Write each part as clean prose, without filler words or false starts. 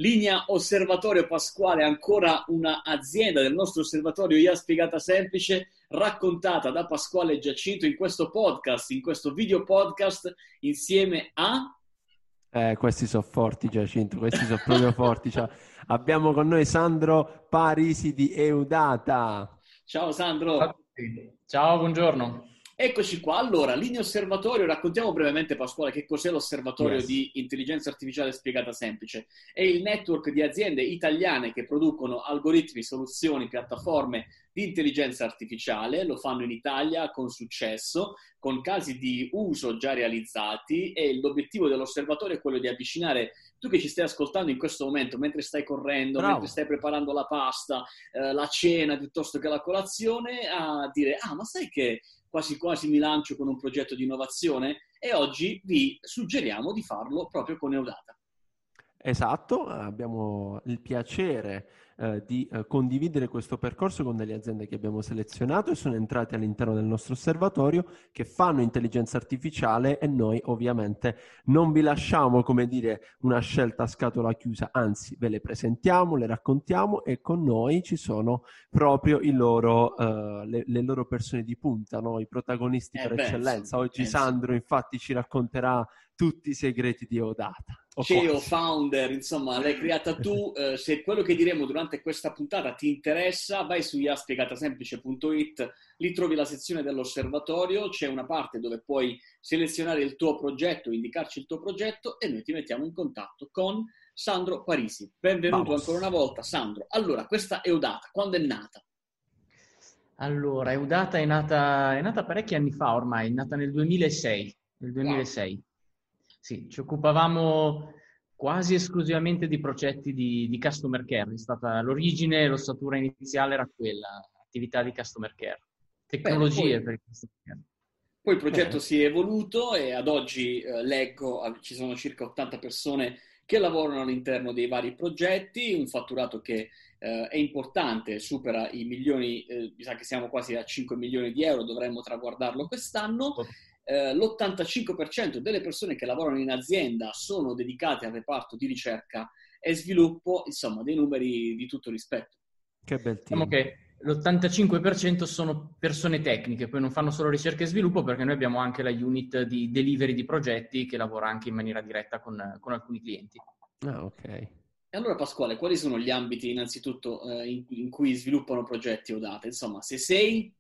Linea Osservatorio Pasquale, ancora una azienda del nostro osservatorio IA Spiegata Semplice, raccontata da Pasquale Giacinto in questo podcast, in questo video podcast, insieme a... Questi sono forti, Giacinto, questi sono proprio forti. Cioè, abbiamo con noi Sandro Parisi di Eudata. Ciao Ciao a Sandro. tutti. Ciao, buongiorno. Eccoci qua. Allora, Linea Osservatorio, raccontiamo brevemente, Pasquale, che cos'è l'Osservatorio Yes. di Intelligenza Artificiale Spiegata Semplice. È il network di aziende italiane che producono algoritmi, soluzioni, piattaforme di intelligenza artificiale, lo fanno in Italia con successo, con casi di uso già realizzati, e l'obiettivo dell'osservatorio è quello di avvicinare tu che ci stai ascoltando in questo momento, mentre stai correndo, Bravo. mentre stai preparando la pasta, la cena piuttosto che la colazione, a dire, ma sai che quasi quasi mi lancio con un progetto di innovazione? E oggi vi suggeriamo di farlo proprio con Eudata. Esatto, abbiamo il piacere di condividere questo percorso con delle aziende che abbiamo selezionato e sono entrate all'interno del nostro osservatorio, che fanno intelligenza artificiale, e noi ovviamente non vi lasciamo, come dire, una scelta a scatola chiusa, anzi ve le presentiamo, le raccontiamo, e con noi ci sono proprio le loro persone di punta, no? I protagonisti per eccellenza. Oggi Sandro infatti ci racconterà tutti i segreti di Eudata. CEO, founder, insomma, l'hai creata tu. Se quello che diremo durante questa puntata ti interessa, vai su iaspiegatasemplice.it, lì trovi la sezione dell'osservatorio, c'è una parte dove puoi selezionare il tuo progetto, indicarci il tuo progetto, e noi ti mettiamo in contatto con Sandro Parisi. Benvenuto ancora una volta, Sandro. Allora, questa Eudata, quando è nata? Allora, Eudata è nata parecchi anni fa ormai, è nata nel 2006. Nel 2006. Wow. Sì, ci occupavamo quasi esclusivamente di progetti di customer care. È stata l'origine, l'ossatura iniziale era quella, attività di customer care, tecnologie per il customer care. Poi il progetto si è evoluto e ad oggi leggo ci sono circa 80 persone che lavorano all'interno dei vari progetti, un fatturato che è importante, supera i milioni, mi sa che siamo quasi a 5 milioni di euro, dovremmo traguardarlo quest'anno. L'85% delle persone che lavorano in azienda sono dedicate al reparto di ricerca e sviluppo, insomma, dei numeri di tutto rispetto. Che bel team. Diciamo che l'85% sono persone tecniche, poi non fanno solo ricerca e sviluppo, perché noi abbiamo anche la unit di delivery di progetti che lavora anche in maniera diretta con alcuni clienti. Ah, ok. E allora, Pasquale, quali sono gli ambiti innanzitutto in cui sviluppano progetti Eudata? Insomma, se sei...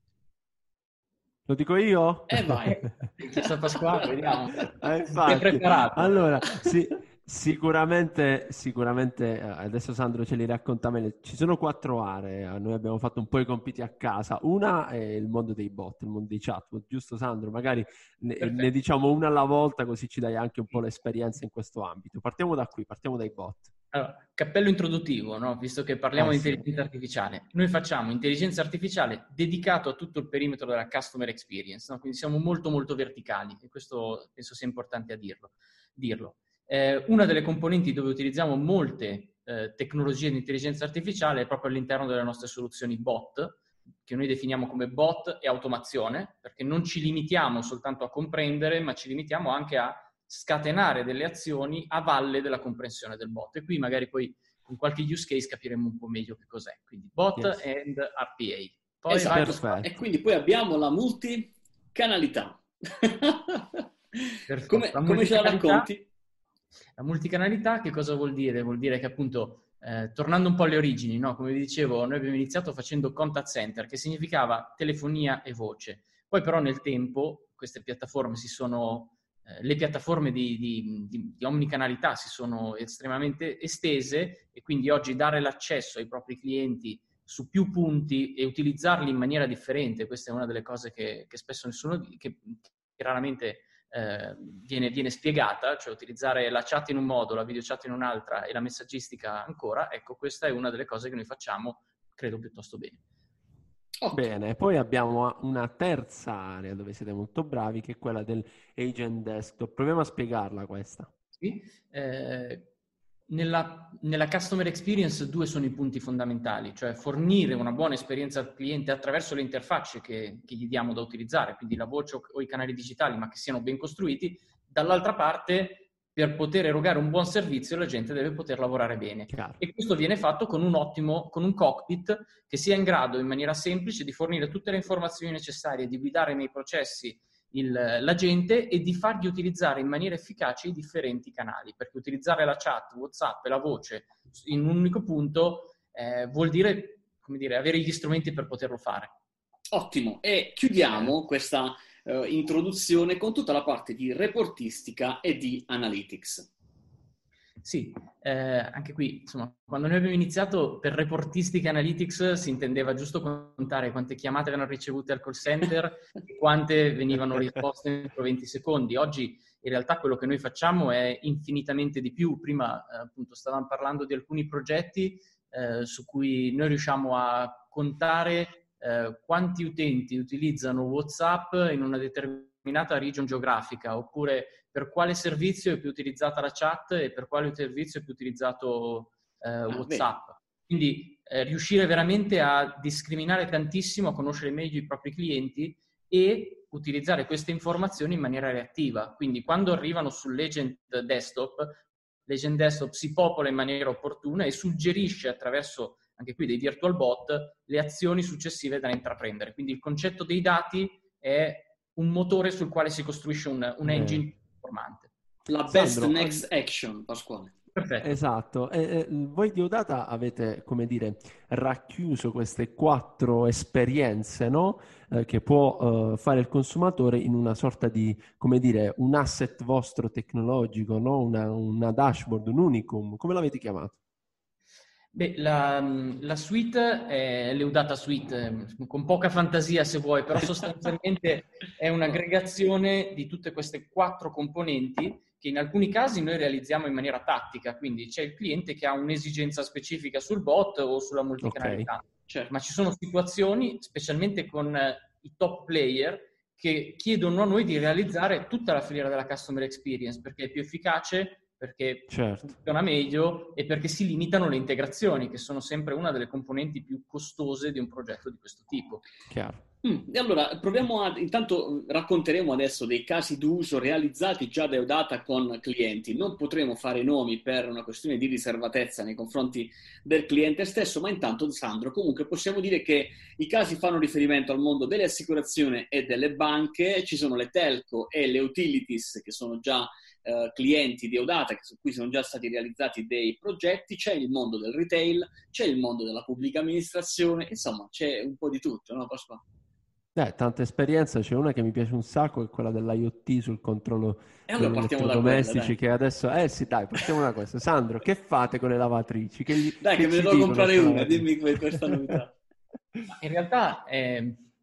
Lo dico io? Vai. Chiesto a Pasquale, vediamo. Infatti, è preparato. Allora, sì, sicuramente, adesso Sandro ce li racconta meglio. Ci sono 4 aree, noi abbiamo fatto un po' i compiti a casa. Una è il mondo dei bot, il mondo dei chatbot, giusto Sandro? Magari ne diciamo una alla volta, così ci dai anche un po' l'esperienza in questo ambito. Partiamo da qui, partiamo dai bot. Allora, cappello introduttivo, no? Visto che parliamo di intelligenza artificiale. Noi facciamo intelligenza artificiale dedicato a tutto il perimetro della customer experience, no? Quindi siamo molto molto verticali, e questo penso sia importante a dirlo. Una delle componenti dove utilizziamo molte tecnologie di intelligenza artificiale è proprio all'interno delle nostre soluzioni bot, che noi definiamo come bot e automazione, perché non ci limitiamo soltanto a comprendere, ma ci limitiamo anche a scatenare delle azioni a valle della comprensione del bot. E qui magari poi con qualche use case capiremo un po' meglio che cos'è. Quindi bot and RPA. Poi esatto. E quindi poi abbiamo la multicanalità. Come ce la racconti? La multicanalità che cosa vuol dire? Vuol dire che appunto, tornando un po' alle origini, no? Come vi dicevo, noi abbiamo iniziato facendo contact center, che significava telefonia e voce. Poi però nel tempo queste piattaforme le piattaforme di omnicanalità si sono estremamente estese, e quindi oggi dare l'accesso ai propri clienti su più punti e utilizzarli in maniera differente, questa è una delle cose che spesso che raramente viene spiegata, cioè utilizzare la chat in un modo, la video chat in un'altra e la messaggistica ancora. Ecco, questa è una delle cose che noi facciamo, credo, piuttosto bene. Bene, poi abbiamo una terza area dove siete molto bravi, che è quella del agent desktop. Proviamo a spiegarla questa. Sì. Nella customer experience 2 sono i punti fondamentali, cioè fornire una buona esperienza al cliente attraverso le interfacce che gli diamo da utilizzare, quindi la voce o i canali digitali, ma che siano ben costruiti. Dall'altra parte per poter erogare un buon servizio la gente deve poter lavorare bene. Chiaro. E questo viene fatto con un cockpit che sia in grado in maniera semplice di fornire tutte le informazioni necessarie, di guidare nei processi la gente e di fargli utilizzare in maniera efficace i differenti canali, perché utilizzare la chat, WhatsApp e la voce in un unico punto vuol dire, come dire, avere gli strumenti per poterlo fare. Ottimo, e chiudiamo questa introduzione con tutta la parte di reportistica e di analytics. Sì, anche qui, insomma, quando noi abbiamo iniziato per reportistica analytics si intendeva giusto contare quante chiamate avevano ricevute al call center e quante venivano risposte entro 20 secondi. Oggi in realtà quello che noi facciamo è infinitamente di più. Prima appunto stavamo parlando di alcuni progetti su cui noi riusciamo a contare quanti utenti utilizzano WhatsApp in una determinata region geografica, oppure per quale servizio è più utilizzata la chat e per quale servizio è più utilizzato WhatsApp. Quindi riuscire veramente a discriminare tantissimo, a conoscere meglio i propri clienti e utilizzare queste informazioni in maniera reattiva. Quindi quando arrivano sul Legend Desktop si popola in maniera opportuna e suggerisce attraverso anche qui dei virtual bot le azioni successive da intraprendere. Quindi il concetto dei dati è un motore sul quale si costruisce un engine performante. La best next action, Pasquale. Perfetto. Esatto. Voi di Odata avete, come dire, racchiuso queste 4 esperienze, no? Che può fare il consumatore in una sorta di, come dire, un asset vostro tecnologico, no? Una dashboard, un unicum. Come l'avete chiamato? Beh, la suite è l'Eudata Suite, con poca fantasia se vuoi, però sostanzialmente è un'aggregazione di tutte queste 4 componenti che in alcuni casi noi realizziamo in maniera tattica, quindi c'è il cliente che ha un'esigenza specifica sul bot o sulla multicanalità. Okay. Certo. Ma ci sono situazioni, specialmente con i top player, che chiedono a noi di realizzare tutta la filiera della customer experience, perché è più efficace, perché funziona meglio e perché si limitano le integrazioni, che sono sempre una delle componenti più costose di un progetto di questo tipo. Chiaro. E allora intanto racconteremo adesso dei casi d'uso realizzati già da Eudata con clienti. Non potremo fare nomi per una questione di riservatezza nei confronti del cliente stesso, ma intanto, Sandro, comunque possiamo dire che i casi fanno riferimento al mondo delle assicurazioni e delle banche. Ci sono le telco e le utilities che sono già clienti di Eudata, su cui sono già stati realizzati dei progetti. C'è il mondo del retail, c'è il mondo della pubblica amministrazione, insomma c'è un po' di tutto, no Pasquale? Tanta esperienza, c'è una che mi piace un sacco, è quella dell'IoT sul controllo degli elettrodomestici, che adesso... sì, dai, partiamo da questo. Sandro, che fate con le lavatrici? Dai, che me ne devo comprare una, dimmi questa novità. In realtà è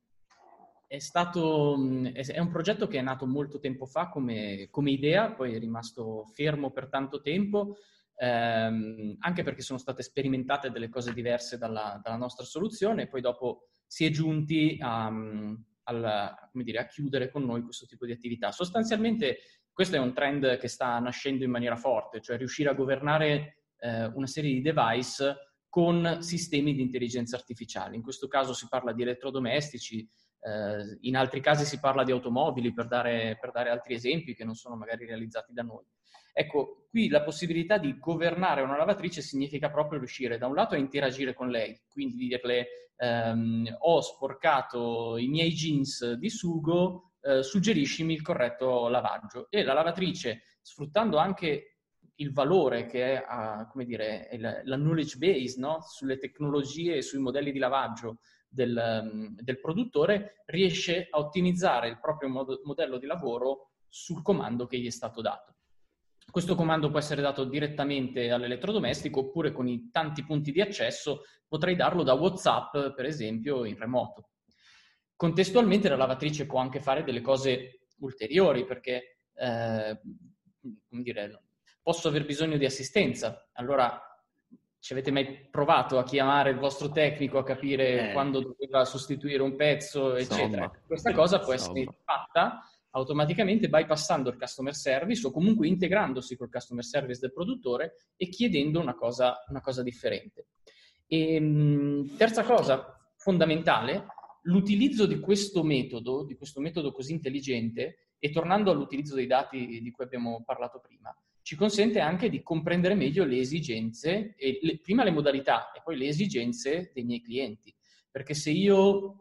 un progetto che è nato molto tempo fa come idea, poi è rimasto fermo per tanto tempo, anche perché sono state sperimentate delle cose diverse dalla nostra soluzione, e poi dopo si è giunti a chiudere con noi questo tipo di attività. Sostanzialmente questo è un trend che sta nascendo in maniera forte, cioè riuscire a governare una serie di device con sistemi di intelligenza artificiale. In questo caso si parla di elettrodomestici, in altri casi si parla di automobili, per dare altri esempi che non sono magari realizzati da noi. Ecco, qui la possibilità di governare una lavatrice significa proprio riuscire da un lato a interagire con lei, quindi dirle ho sporcato i miei jeans di sugo, suggeriscimi il corretto lavaggio. E la lavatrice, sfruttando anche il valore che è, la knowledge base, no? Sulle tecnologie e sui modelli di lavaggio del produttore, riesce a ottimizzare il proprio modello di lavoro sul comando che gli è stato dato. Questo comando può essere dato direttamente all'elettrodomestico, oppure con i tanti punti di accesso potrei darlo da WhatsApp, per esempio, in remoto. Contestualmente la lavatrice può anche fare delle cose ulteriori, perché posso aver bisogno di assistenza. Allora, ci avete mai provato a chiamare il vostro tecnico a capire quando doveva sostituire un pezzo, eccetera? Questa cosa può essere fatta automaticamente bypassando il customer service o comunque integrandosi col customer service del produttore e chiedendo una cosa differente. E terza cosa fondamentale, l'utilizzo di questo metodo così intelligente, e tornando all'utilizzo dei dati di cui abbiamo parlato prima, ci consente anche di comprendere meglio le esigenze, prima le modalità e poi le esigenze dei miei clienti. Perché se io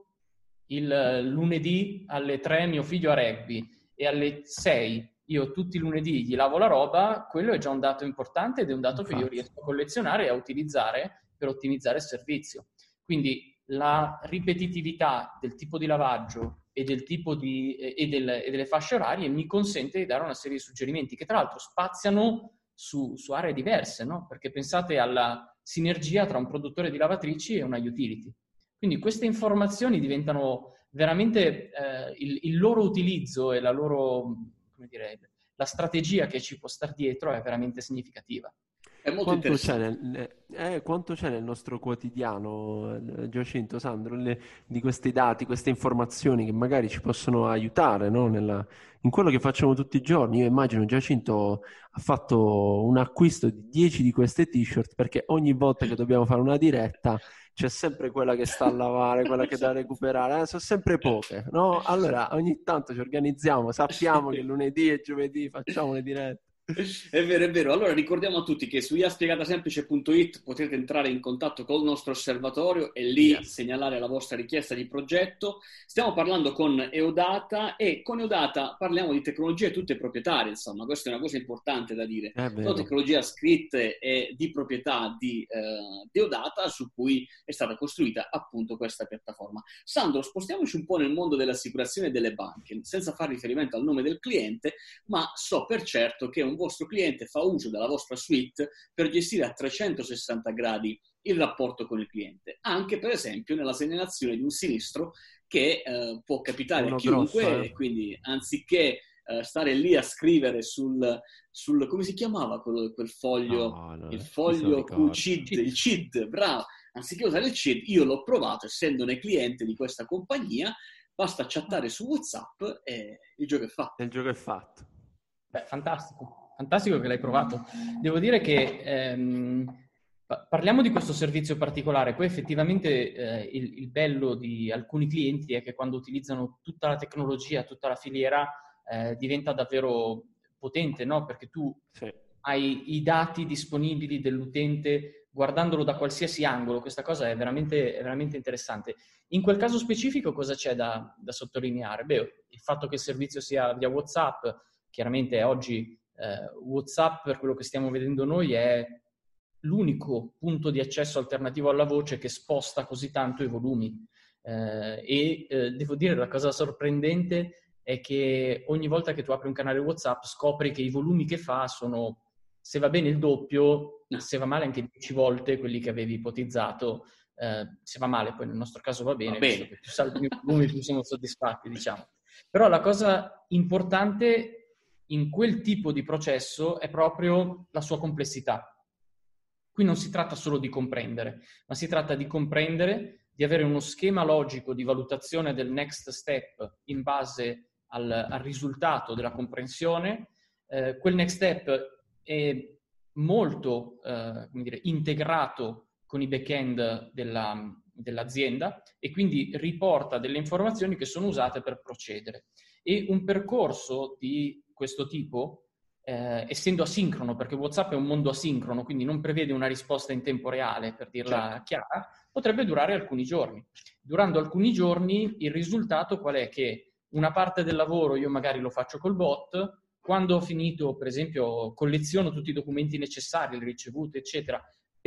il lunedì alle 3 mio figlio a rugby e alle 6 io tutti i lunedì gli lavo la roba, quello è già un dato importante ed è un dato che io riesco a collezionare e a utilizzare per ottimizzare il servizio. Quindi la ripetitività del tipo di lavaggio e del tipo e delle fasce orarie mi consente di dare una serie di suggerimenti che tra l'altro spaziano su aree diverse, no? Perché pensate alla sinergia tra un produttore di lavatrici e una utility. Quindi queste informazioni diventano veramente il loro utilizzo e la loro, come dire, la strategia che ci può star dietro è veramente significativa. È molto interessante. Quanto c'è nel nostro quotidiano, Giacinto, Sandro, di questi dati, queste informazioni che magari ci possono aiutare, no? In quello che facciamo tutti i giorni. Io immagino Giacinto ha fatto un acquisto di 10 di queste t-shirt perché ogni volta che dobbiamo fare una diretta c'è sempre quella che sta a lavare, quella che è da recuperare, sono sempre poche, no? Allora ogni tanto ci organizziamo, sappiamo che lunedì e giovedì facciamo le dirette. È vero, è vero. Allora ricordiamo a tutti che su iaspiegatasemplice.it potete entrare in contatto col nostro osservatorio e lì segnalare la vostra richiesta di progetto. Stiamo parlando con Eudata e con Eudata parliamo di tecnologie tutte proprietarie, insomma, questa è una cosa importante da dire. Sono tecnologie scritte e di proprietà di Eudata su cui è stata costruita appunto questa piattaforma. Sandro, spostiamoci un po' nel mondo dell'assicurazione e delle banche, senza fare riferimento al nome del cliente, ma so per certo che un vostro cliente fa uso della vostra suite per gestire a 360 gradi il rapporto con il cliente, anche per esempio nella segnalazione di un sinistro che può capitare a chiunque, e quindi anziché stare lì a scrivere sul come si chiamava quel foglio, il foglio QCID, il CID, bravo, anziché usare il CID, io l'ho provato essendone cliente di questa compagnia, basta chattare su WhatsApp e il gioco è fatto. Il gioco è fatto. Beh, fantastico che l'hai provato. Devo dire che parliamo di questo servizio particolare, poi effettivamente il bello di alcuni clienti è che quando utilizzano tutta la tecnologia, tutta la filiera, diventa davvero potente, no? Perché tu hai i dati disponibili dell'utente guardandolo da qualsiasi angolo. Questa cosa è veramente interessante. In quel caso specifico cosa c'è da sottolineare? Beh, il fatto che il servizio sia via WhatsApp. Chiaramente oggi WhatsApp, per quello che stiamo vedendo noi, è l'unico punto di accesso alternativo alla voce che sposta così tanto i volumi. Devo dire, la cosa sorprendente è che ogni volta che tu apri un canale WhatsApp scopri che i volumi che fa sono, se va bene, il doppio, se va male anche 10 volte quelli che avevi ipotizzato. Se va male, poi nel nostro caso va bene. Visto che più salgono i volumi, più siamo soddisfatti, diciamo. Però la cosa importante in quel tipo di processo è proprio la sua complessità. Qui non si tratta solo di comprendere, ma si tratta di comprendere, di avere uno schema logico di valutazione del next step in base al risultato della comprensione. Quel next step è molto integrato con i back-end dell'azienda e quindi riporta delle informazioni che sono usate per procedere. E un percorso di questo tipo, essendo asincrono, perché WhatsApp è un mondo asincrono, quindi non prevede una risposta in tempo reale, per dirla chiara, potrebbe durare alcuni giorni. Durando alcuni giorni il risultato qual è? Che una parte del lavoro io magari lo faccio col bot, quando ho finito, per esempio, colleziono tutti i documenti necessari, le ricevute, eccetera,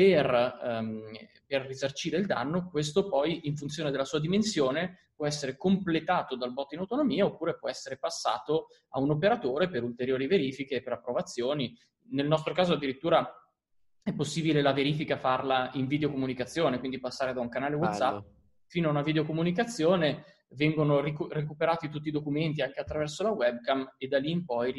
per risarcire il danno, questo poi, in funzione della sua dimensione, può essere completato dal bot in autonomia oppure può essere passato a un operatore per ulteriori verifiche e per approvazioni. Nel nostro caso addirittura è possibile la verifica farla in videocomunicazione, quindi passare da un canale WhatsApp fino a una videocomunicazione, vengono recuperati tutti i documenti anche attraverso la webcam e da lì in poi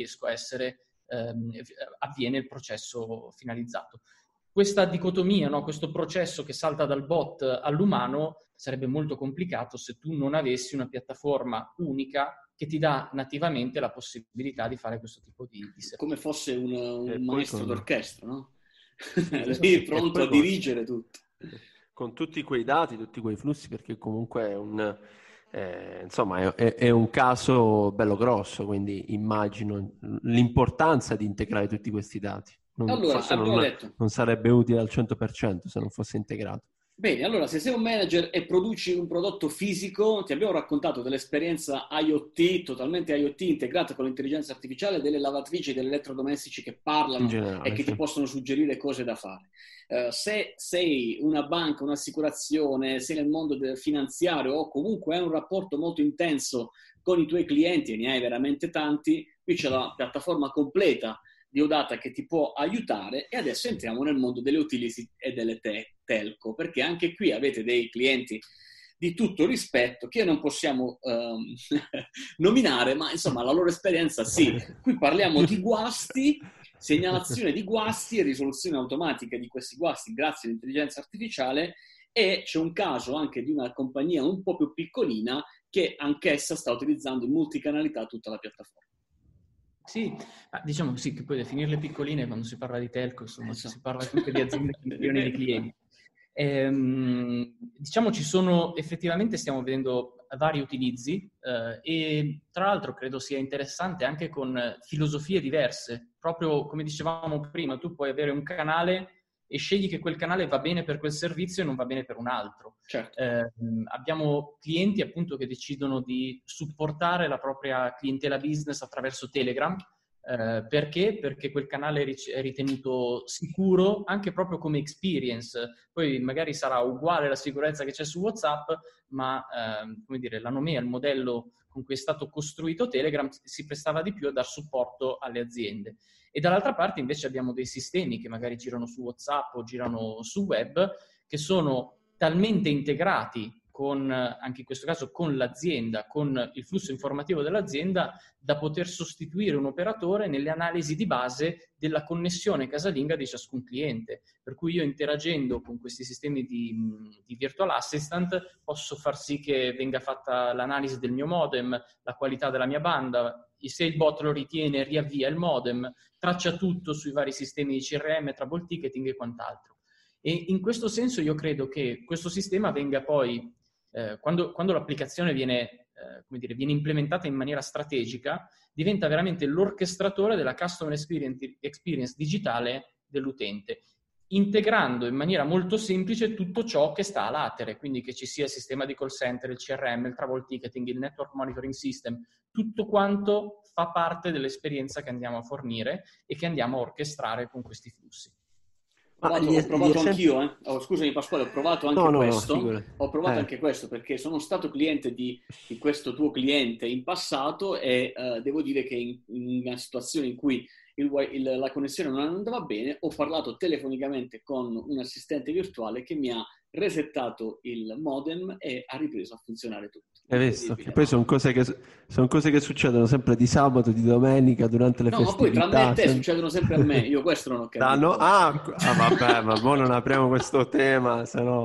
avviene il processo finalizzato. Questa dicotomia, no? Questo processo che salta dal bot all'umano sarebbe molto complicato se tu non avessi una piattaforma unica che ti dà nativamente la possibilità di fare questo tipo di servizio. Come fosse un maestro d'orchestra, no? Lì pronto a dirigere tutto. Con tutti quei dati, tutti quei flussi, perché comunque Insomma, è un caso bello grosso, quindi immagino l'importanza di integrare tutti questi dati. Allora, Forse abbiamo detto, non sarebbe utile al 100% se non fosse integrato. bene, allora se sei un manager e produci un prodotto fisico, ti abbiamo raccontato dell'esperienza IoT, totalmente IoT, integrata con l'intelligenza artificiale, delle lavatrici e degli elettrodomestici che In parlano e generale, che ti sì. possono suggerire cose da fare. Se sei una banca, un'assicurazione, sei nel mondo finanziario o comunque hai un rapporto molto intenso con i tuoi clienti e ne hai veramente tanti, qui c'è la piattaforma completa di Odata che ti può aiutare. E adesso entriamo nel mondo delle utility e delle telco, perché anche qui avete dei clienti di tutto rispetto che non possiamo nominare, ma insomma la loro esperienza sì. Qui parliamo di guasti, segnalazione di guasti e risoluzione automatica di questi guasti grazie all'intelligenza artificiale, e c'è un caso anche di una compagnia un po' più piccolina che anch'essa sta utilizzando in multicanalità tutta la piattaforma. Sì, diciamo sì, che puoi definirle piccoline quando si parla di telco, insomma, si parla comunque di aziende con milioni di clienti. Diciamo effettivamente stiamo vedendo vari utilizzi e tra l'altro credo sia interessante anche con filosofie diverse. Proprio come dicevamo prima, tu puoi avere un canale e scegli che quel canale va bene per quel servizio e non va bene per un altro. Certo. Abbiamo clienti appunto che decidono di supportare la propria clientela business attraverso Telegram. Perché? Perché quel canale è ritenuto sicuro anche proprio come experience. Poi magari sarà uguale la sicurezza che c'è su WhatsApp, ma come dire, la Nomea, il modello con cui è stato costruito Telegram, si prestava di più a dar supporto alle aziende. E dall'altra parte invece abbiamo dei sistemi che magari girano su WhatsApp o girano su web, che sono talmente integrati con, anche in questo caso con l'azienda, con il flusso informativo dell'azienda, da poter sostituire un operatore nelle analisi di base della connessione casalinga di ciascun cliente. Per cui io, interagendo con questi sistemi di virtual assistant, posso far sì che venga fatta l'analisi del mio modem, la qualità della mia banda, se il bot lo ritiene riavvia il modem, traccia tutto sui vari sistemi di CRM, trouble ticketing e quant'altro. E in questo senso io credo che questo sistema venga poi, quando l'applicazione viene implementata in maniera strategica, diventa veramente l'orchestratore della customer experience digitale dell'utente, integrando in maniera molto semplice tutto ciò che sta a latere, quindi che ci sia il sistema di call center, il CRM, il travel ticketing, il network monitoring system, tutto quanto fa parte dell'esperienza che andiamo a fornire e che andiamo a orchestrare con questi flussi. Ho provato anch'io, scusami Pasquale, ho provato anche questo. Ho provato anche questo perché sono stato cliente di questo tuo cliente in passato e devo dire che in una situazione in cui la connessione non andava bene, ho parlato telefonicamente con un assistente virtuale che mi ha resettato il modem e ha ripreso a funzionare tutto. Hai visto? Che poi sono cose che succedono sempre di sabato, di domenica, durante le festività. No, ma poi tra me e te succedono sempre a me, io questo non ho capito. Vabbè, ma poi non apriamo questo tema, se no,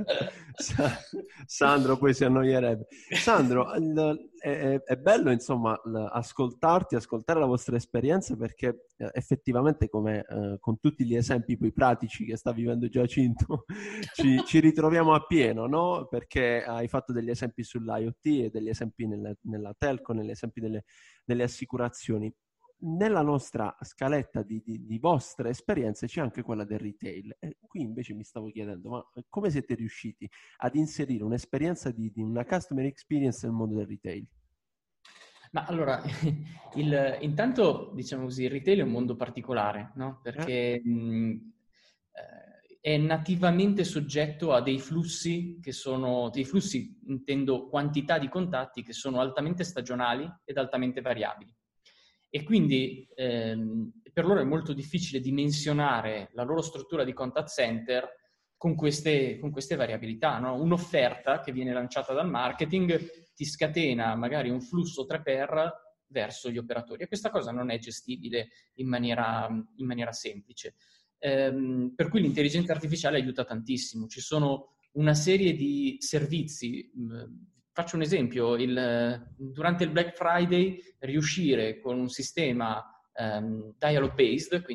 Sandro poi si annoierebbe. Sandro, è bello insomma ascoltare la vostra esperienza, perché effettivamente con tutti gli esempi poi pratici che sta vivendo Giacinto ci ritroviamo appieno, no? Perché hai fatto degli esempi sull'IoT e degli esempi nella telco, negli esempi delle assicurazioni. Nella nostra scaletta di vostre esperienze c'è anche quella del retail, e qui invece mi stavo chiedendo, ma come siete riusciti ad inserire un'esperienza di una customer experience nel mondo del retail? Ma allora, intanto diciamo così, il retail è un mondo particolare, no? Perché è nativamente soggetto a dei flussi intendo quantità di contatti, che sono altamente stagionali ed altamente variabili. E quindi per loro è molto difficile dimensionare la loro struttura di contact center con queste variabilità, no? Un'offerta che viene lanciata dal marketing ti scatena magari un flusso 3x verso gli operatori, e questa cosa non è gestibile in maniera semplice. Per cui l'intelligenza artificiale aiuta tantissimo. Ci sono una serie di servizi. Faccio un esempio: durante il Black Friday riuscire con un sistema dialogue based, quindi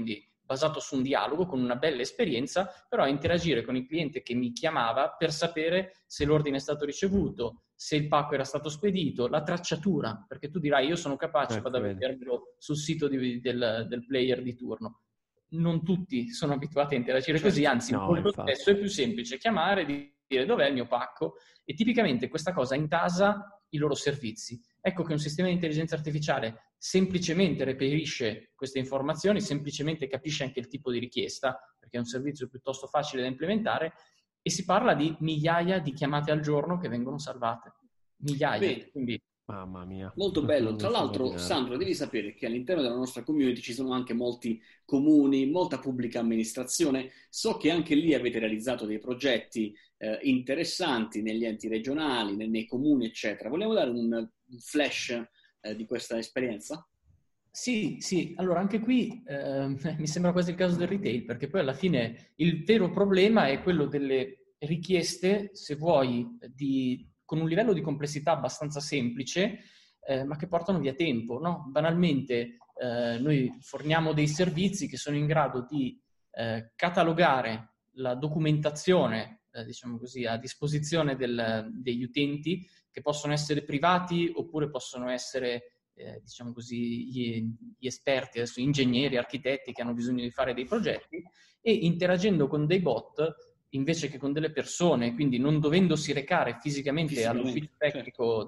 basato su un dialogo, con una bella esperienza, però a interagire con il cliente che mi chiamava per sapere se l'ordine è stato ricevuto, se il pacco era stato spedito, la tracciatura, perché tu dirai io sono capace, vado a vedermelo sul sito del player di turno. Non tutti sono abituati a interagire così, anzi molto spesso è più semplice chiamare e dire dov'è il mio pacco, e tipicamente questa cosa intasa i loro servizi. Ecco che un sistema di intelligenza artificiale semplicemente reperisce queste informazioni, semplicemente capisce anche il tipo di richiesta, perché è un servizio piuttosto facile da implementare, e si parla di migliaia di chiamate al giorno che vengono salvate. Migliaia. Bene. Quindi mamma mia. Molto bello. Tra l'altro, Sandro, devi sapere che all'interno della nostra community ci sono anche molti comuni, molta pubblica amministrazione. So che anche lì avete realizzato dei progetti interessanti negli enti regionali, nei comuni, eccetera. Vogliamo dare un flash di questa esperienza? Sì. Allora anche qui mi sembra quasi il caso del retail, perché poi alla fine il vero problema è quello delle richieste, se vuoi, con un livello di complessità abbastanza semplice, ma che portano via tempo, no? Banalmente noi forniamo dei servizi che sono in grado di catalogare la documentazione, diciamo così, a disposizione degli utenti, che possono essere privati oppure possono essere diciamo così, gli esperti, adesso ingegneri, architetti che hanno bisogno di fare dei progetti, e interagendo con dei bot invece che con delle persone, quindi non dovendosi recare fisicamente all'ufficio tecnico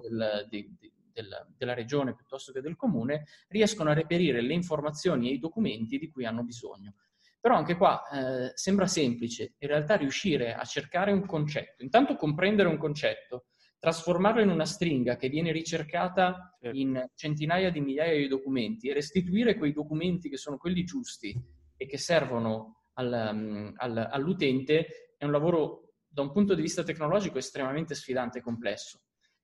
della regione piuttosto che del comune, riescono a reperire le informazioni e i documenti di cui hanno bisogno. Però anche qua sembra semplice, in realtà riuscire a cercare un concetto, intanto comprendere un concetto, trasformarlo in una stringa che viene ricercata in centinaia di migliaia di documenti e restituire quei documenti che sono quelli giusti e che servono all'utente è un lavoro da un punto di vista tecnologico estremamente sfidante e complesso,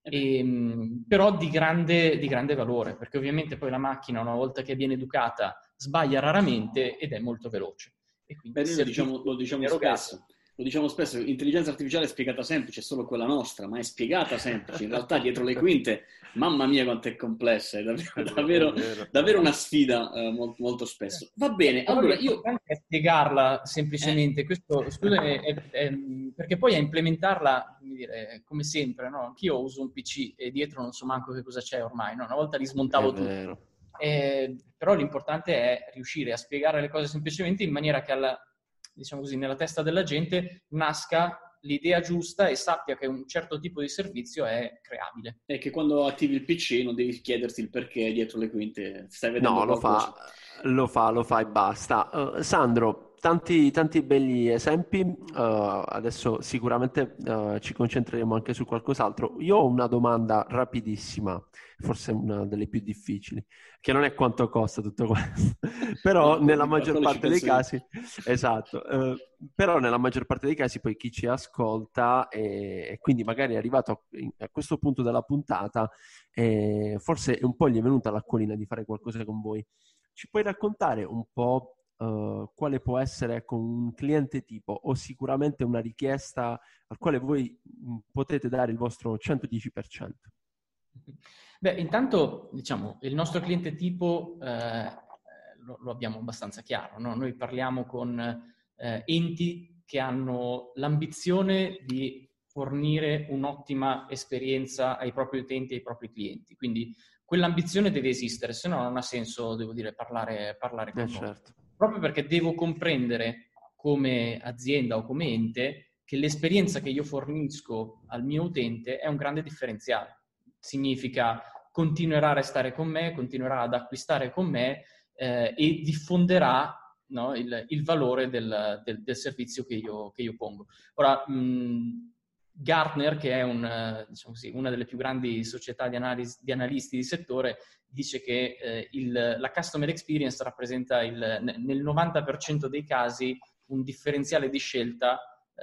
però di grande valore, perché ovviamente poi la macchina, una volta che viene educata, sbaglia raramente ed è molto veloce. E quindi lo diciamo spesso, l'intelligenza artificiale è spiegata semplice, è solo quella nostra, ma è spiegata semplice. In realtà dietro le quinte, mamma mia quanto è complessa, è davvero una sfida molto, molto spesso. Va bene, allora io... spiegarla semplicemente, questo, scusami, perché poi a implementarla, come dire, come sempre, no? Anch'io uso un PC e dietro non so manco che cosa c'è ormai, no? Una volta li smontavo tutto. Però l'importante è riuscire a spiegare le cose semplicemente in maniera che diciamo così, nella testa della gente nasca l'idea giusta e sappia che un certo tipo di servizio è creabile. E che quando attivi il PC non devi chiederti il perché dietro le quinte, stai vedendo qualcosa. Lo fa e basta. Sandro, tanti belli esempi, adesso sicuramente ci concentreremo anche su qualcos'altro. Io ho una domanda rapidissima, forse una delle più difficili, che non è quanto costa tutto questo, però nella maggior parte dei casi, esatto, però nella maggior parte dei casi poi chi ci ascolta e quindi magari è arrivato a questo punto della puntata, forse un po' gli è venuta l'acquolina di fare qualcosa con voi. Ci puoi raccontare un po' quale può essere un cliente tipo o sicuramente una richiesta al quale voi potete dare il vostro 110%? Beh, intanto, diciamo, il nostro cliente tipo lo abbiamo abbastanza chiaro, no? Noi parliamo con enti che hanno l'ambizione di fornire un'ottima esperienza ai propri utenti e ai propri clienti, quindi quell'ambizione deve esistere, se no non ha senso, devo dire, parlare con noi. Certo. Proprio perché devo comprendere come azienda o come ente che l'esperienza che io fornisco al mio utente è un grande differenziale. Significa continuerà a restare con me, continuerà ad acquistare con me e diffonderà, no, il valore del servizio che io pongo. Ora, Gartner, che è diciamo così, una delle più grandi società di analisti di settore, dice che la customer experience rappresenta nel 90% dei casi un differenziale di scelta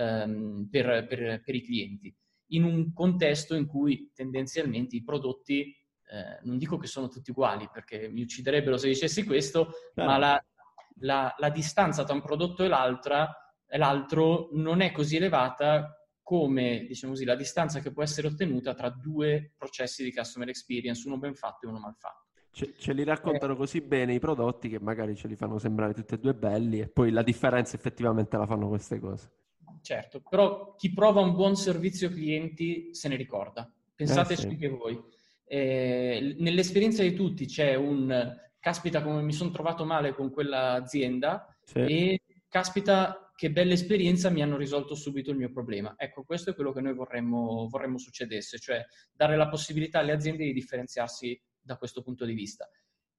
per i clienti, in un contesto in cui tendenzialmente i prodotti, non dico che sono tutti uguali, perché mi ucciderebbero se dicessi questo, ma la distanza tra un prodotto e l'altro non è così elevata come, diciamo così, la distanza che può essere ottenuta tra due processi di customer experience, uno ben fatto e uno mal fatto. Ce li raccontano così bene i prodotti che magari ce li fanno sembrare tutti e due belli e poi la differenza effettivamente la fanno queste cose. Certo, però chi prova un buon servizio clienti se ne ricorda. Pensateci sì. anche voi. Nell'esperienza di tutti c'è un caspita come mi sono trovato male con quell'azienda e caspita che bella esperienza, mi hanno risolto subito il mio problema. Ecco, questo è quello che noi vorremmo succedesse, cioè dare la possibilità alle aziende di differenziarsi da questo punto di vista.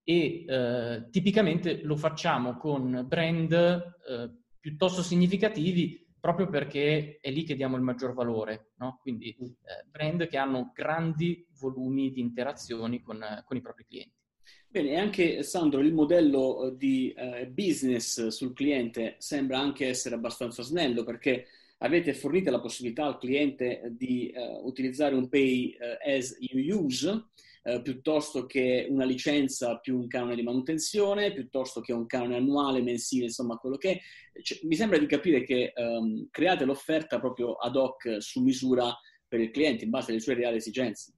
E tipicamente lo facciamo con brand piuttosto significativi, proprio perché è lì che diamo il maggior valore, no? Quindi brand che hanno grandi volumi di interazioni con i propri clienti. Bene, e anche Sandro, il modello di business sul cliente sembra anche essere abbastanza snello, perché avete fornito la possibilità al cliente di utilizzare un pay as you use, piuttosto che una licenza più un canone di manutenzione, piuttosto che un canone annuale, mensile, insomma quello che è. Mi sembra di capire che create l'offerta proprio ad hoc su misura per il cliente, in base alle sue reali esigenze.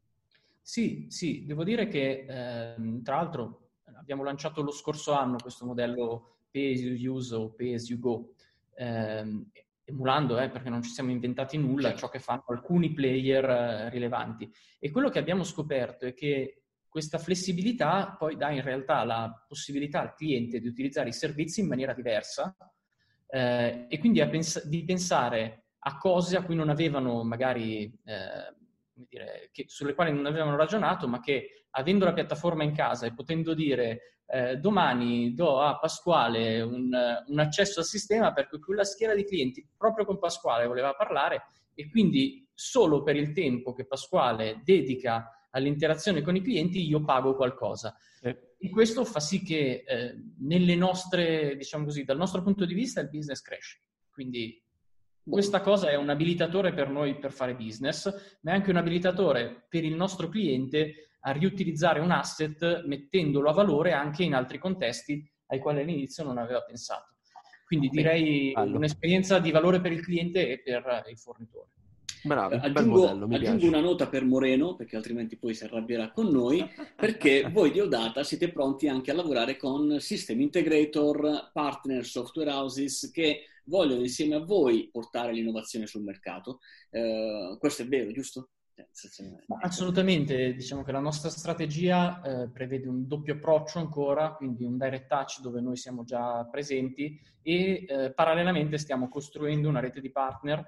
Sì, devo dire che tra l'altro abbiamo lanciato lo scorso anno questo modello pay as you use o pay as you go, emulando, perché non ci siamo inventati nulla, ciò che fanno alcuni player rilevanti. E quello che abbiamo scoperto è che questa flessibilità poi dà in realtà la possibilità al cliente di utilizzare i servizi in maniera diversa e quindi di pensare a cose a cui non avevano magari... sulle quali non avevano ragionato, ma che avendo la piattaforma in casa e potendo dire domani do a Pasquale un accesso al sistema perché quella schiera di clienti proprio con Pasquale voleva parlare, e quindi solo per il tempo che Pasquale dedica all'interazione con i clienti io pago qualcosa. E questo fa sì che nelle nostre, diciamo così, dal nostro punto di vista il business cresce. Quindi questa cosa è un abilitatore per noi per fare business, ma è anche un abilitatore per il nostro cliente a riutilizzare un asset mettendolo a valore anche in altri contesti ai quali all'inizio non aveva pensato. Quindi direi un'esperienza di valore per il cliente e per il fornitore. Bravi, aggiungo una nota per Moreno, perché altrimenti poi si arrabbierà con noi, perché voi di OData siete pronti anche a lavorare con system integrator, partner, software houses che vogliono insieme a voi portare l'innovazione sul mercato. Questo è vero, giusto? Assolutamente, diciamo che la nostra strategia prevede un doppio approccio ancora, quindi un direct touch dove noi siamo già presenti e parallelamente stiamo costruendo una rete di partner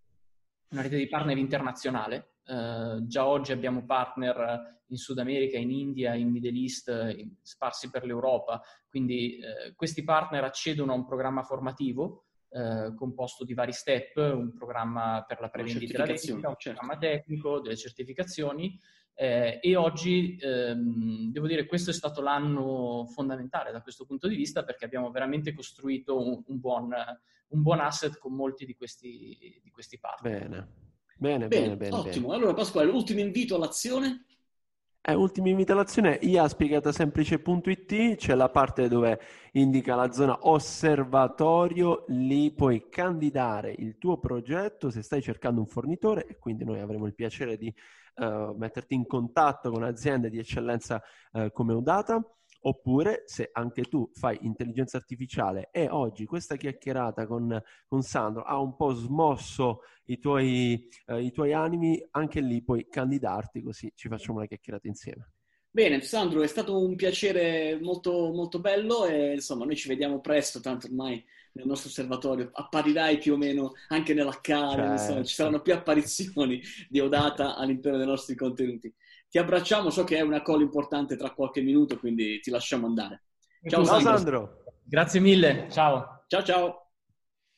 internazionale. Già oggi abbiamo partner in Sud America, in India, in Middle East, sparsi per l'Europa, quindi questi partner accedono a un programma formativo composto di vari step, un programma per la prevendita della vendita, un programma tecnico, delle certificazioni e oggi devo dire questo è stato l'anno fondamentale da questo punto di vista, perché abbiamo veramente costruito un buon asset con molti di questi partner. Bene. Ottimo. Allora Pasquale, l'ultimo invito all'azione? Ultima invitazione, iaspiegatasemplice.it, c'è la parte dove indica la zona osservatorio, lì puoi candidare il tuo progetto se stai cercando un fornitore e quindi noi avremo il piacere di metterti in contatto con aziende di eccellenza come OData. Oppure se anche tu fai intelligenza artificiale e oggi questa chiacchierata con Sandro ha un po' smosso i tuoi animi, anche lì puoi candidarti, così ci facciamo una chiacchierata insieme. Bene, Sandro, è stato un piacere molto, molto bello e insomma noi ci vediamo presto, tanto ormai nel nostro osservatorio apparirai più o meno anche nell'Accademia, insomma ci saranno più apparizioni di OData all'interno dei nostri contenuti. Ti abbracciamo, so che è una call importante tra qualche minuto, quindi ti lasciamo andare. Ciao Sandro. Grazie mille, ciao. Ciao.